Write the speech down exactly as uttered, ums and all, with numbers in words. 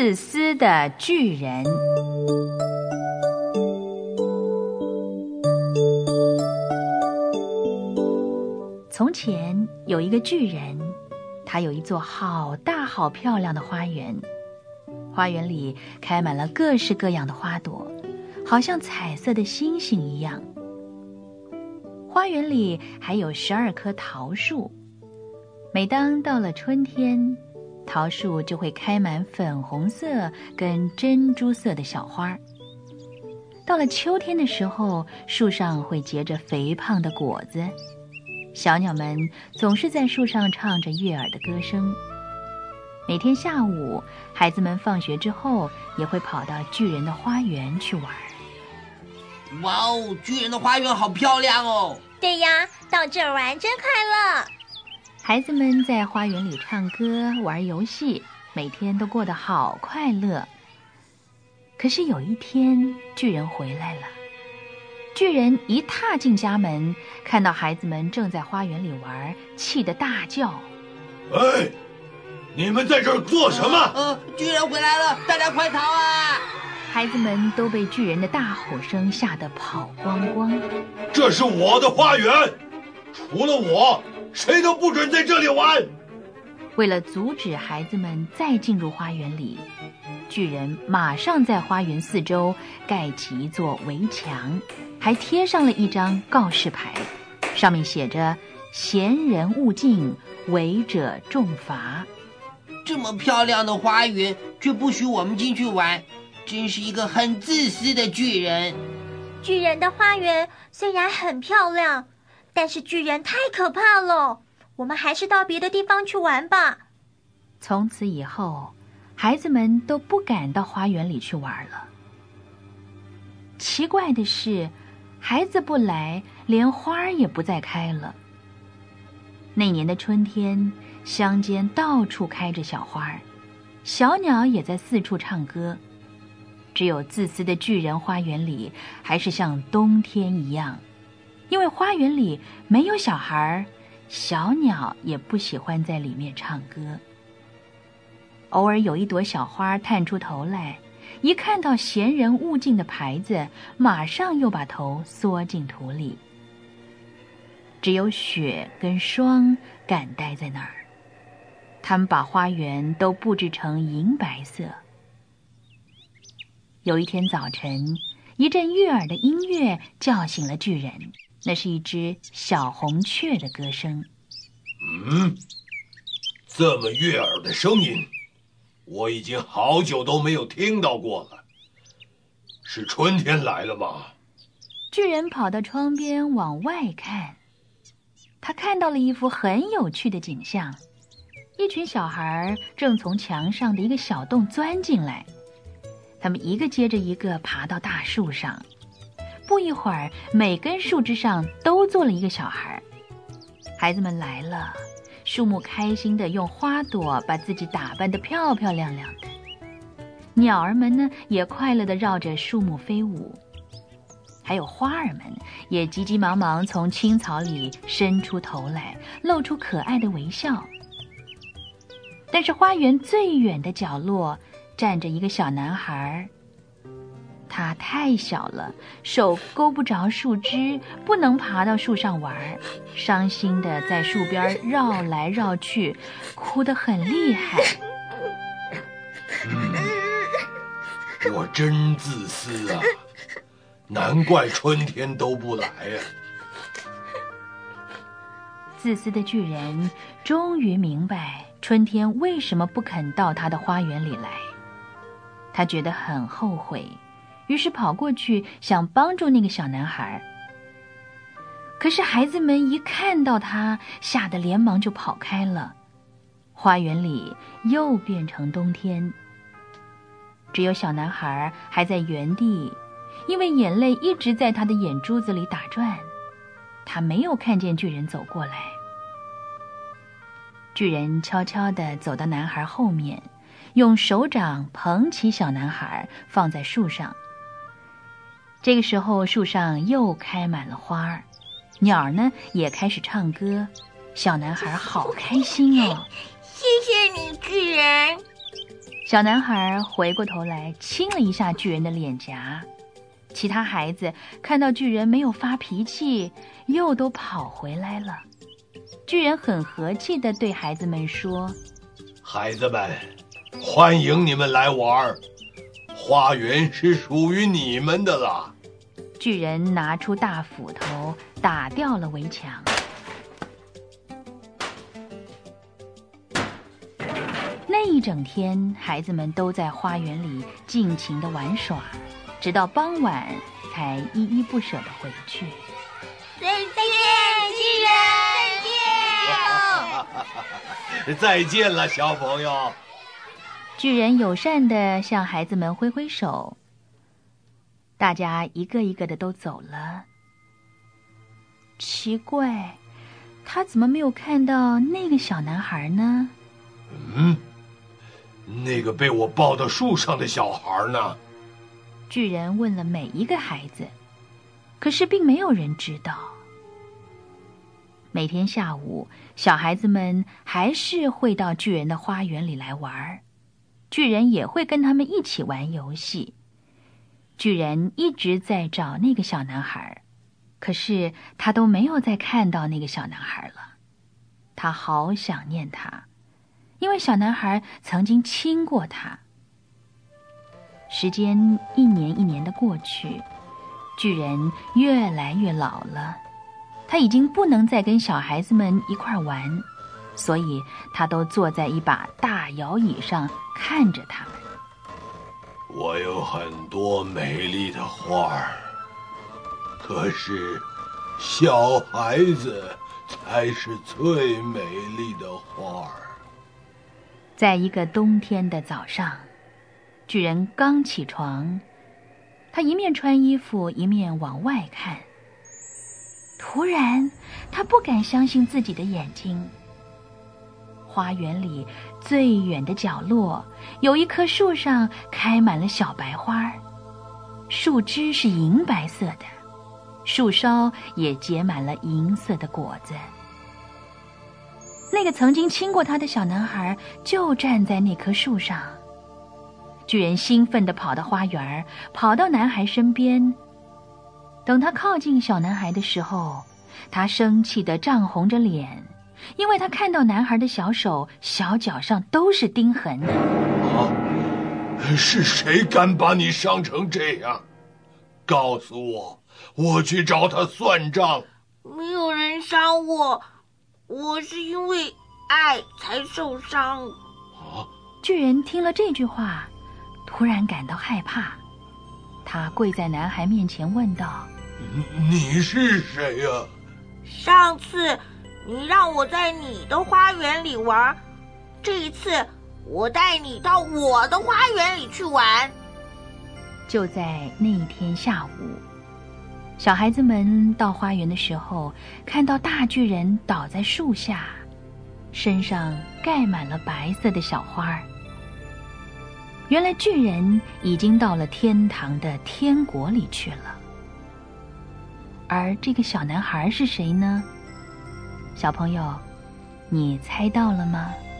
自私的巨人。从前有一个巨人，他有一座好大好漂亮的花园，花园里开满了各式各样的花朵，好像彩色的星星一样。花园里还有十二棵桃树，每当到了春天，桃树就会开满粉红色跟珍珠色的小花。到了秋天的时候，树上会结着肥胖的果子，小鸟们总是在树上唱着悦耳的歌声。每天下午，孩子们放学之后也会跑到巨人的花园去玩。 哇哦，巨人的花园好漂亮哦！ 对呀，到这儿玩真快乐。 孩子们在花园里唱歌玩游戏，每天都过得好快乐。可是有一天，巨人回来了。巨人一踏进家门，看到孩子们正在花园里玩，气得大叫： 哎，你们在这儿做什么？ 呃，呃巨人回来了，大家快逃啊！ 孩子们都被巨人的大吼声吓得跑光光。 这是我的花园，除了我，谁都不准在这里玩。 为了阻止孩子们再进入花园里，巨人马上在花园四周盖起一座围墙，还贴上了一张告示牌，上面写着闲人勿进，违者重罚。 这么漂亮的花园却不许我们进去玩，真是一个很自私的巨人。 巨人的花园虽然很漂亮，但是巨人太可怕了，我们还是到别的地方去玩吧。 从此以后，孩子们都不敢到花园里去玩了。奇怪的是，孩子不来，连花儿也不再开了。那年的春天，乡间到处开着小花儿，小鸟也在四处唱歌。只有自私的巨人花园里还是像冬天一样，因为花园里没有小孩，小鸟也不喜欢在里面唱歌。偶尔有一朵小花探出头来，一看到闲人勿进的牌子，马上又把头缩进土里。只有雪跟霜敢待在那儿，他们把花园都布置成银白色。有一天早晨，一阵悦耳的音乐叫醒了巨人，那是一只小红雀的歌声。 嗯，这么悦耳的声音，我已经好久都没有听到过了。是春天来了吗？ 巨人跑到窗边往外看，他看到了一幅很有趣的景象。一群小孩正从墙上的一个小洞钻进来，他们一个接着一个爬到大树上，不一会儿，每根树枝上都坐了一个小孩。孩子们来了，树木开心地用花朵把自己打扮得漂漂亮亮的。鸟儿们呢，也快乐地绕着树木飞舞。还有花儿们也急急忙忙从青草里伸出头来，露出可爱的微笑。但是花园最远的角落站着一个小男孩，他太小了，手勾不着树枝，不能爬到树上玩，伤心地在树边绕来绕去，哭得很厉害。 嗯，我真自私啊，难怪春天都不来啊。 自私的巨人终于明白春天为什么不肯到他的花园里来。他觉得很后悔，于是跑过去想帮助那个小男孩。可是孩子们一看到他，吓得连忙就跑开了。花园里又变成冬天，只有小男孩还在原地，因为眼泪一直在他的眼珠子里打转，他没有看见巨人走过来。巨人悄悄地走到男孩后面，用手掌捧起小男孩放在树上。这个时候树上又开满了花儿，鸟儿呢也开始唱歌，小男孩好开心哦。 谢谢你，巨人。 小男孩回过头来亲了一下巨人的脸颊，其他孩子看到巨人没有发脾气，又都跑回来了。巨人很和气地对孩子们说： 孩子们，欢迎你们来玩，花园是属于你们的了。 巨人拿出大斧头打掉了围墙。那一整天，孩子们都在花园里尽情地玩耍，直到傍晚才依依不舍地回去。 再见，巨人！再见！ 再见了，小朋友。 巨人友善地向孩子们挥挥手，大家一个一个的都走了。奇怪，他怎么没有看到那个小男孩呢？ 嗯，那个被我抱到树上的小孩呢？ 巨人问了每一个孩子，可是并没有人知道。每天下午，小孩子们还是会到巨人的花园里来玩，巨人也会跟他们一起玩游戏。巨人一直在找那个小男孩，可是他都没有再看到那个小男孩了。他好想念他，因为小男孩曾经亲过他。时间一年一年的过去，巨人越来越老了，他已经不能再跟小孩子们一块玩，所以他都坐在一把大摇椅上看着他们。 我有很多美丽的花儿，可是小孩子才是最美丽的花儿。 在一个冬天的早上，巨人刚起床，他一面穿衣服一面往外看。突然，他不敢相信自己的眼睛。花园里最远的角落，有一棵树上开满了小白花，树枝是银白色的，树梢也结满了银色的果子。那个曾经亲过他的小男孩就站在那棵树上。巨人兴奋地跑到花园，跑到男孩身边。等他靠近小男孩的时候，他生气地涨红着脸，因为他看到男孩的小手、小脚上都是钉痕。 啊！是谁敢把你伤成这样？告诉我，我去找他算账。 没有人伤我，我是因为爱才受伤。 啊！ 巨人听了这句话，突然感到害怕，他跪在男孩面前问道： 你是谁呀？ 上次你让我在你的花园里玩，这一次我带你到我的花园里去玩。 就在那一天下午，小孩子们到花园的时候，看到大巨人倒在树下，身上盖满了白色的小花。原来巨人已经到了天堂的天国里去了。而这个小男孩是谁呢？小朋友，你猜到了吗？